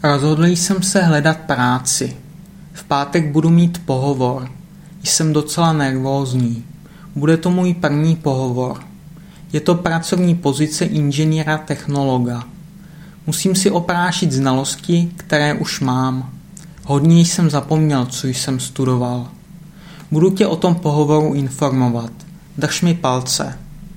Rozhodl jsem se hledat práci. V pátek budu mít pohovor. Jsem docela nervózní. Bude to můj první pohovor. Je to pracovní pozice inženýra technologa. Musím si oprášit znalosti, které už mám. Hodně jsem zapomněl, co jsem studoval. Budu tě o tom pohovoru informovat. Drž mi palce.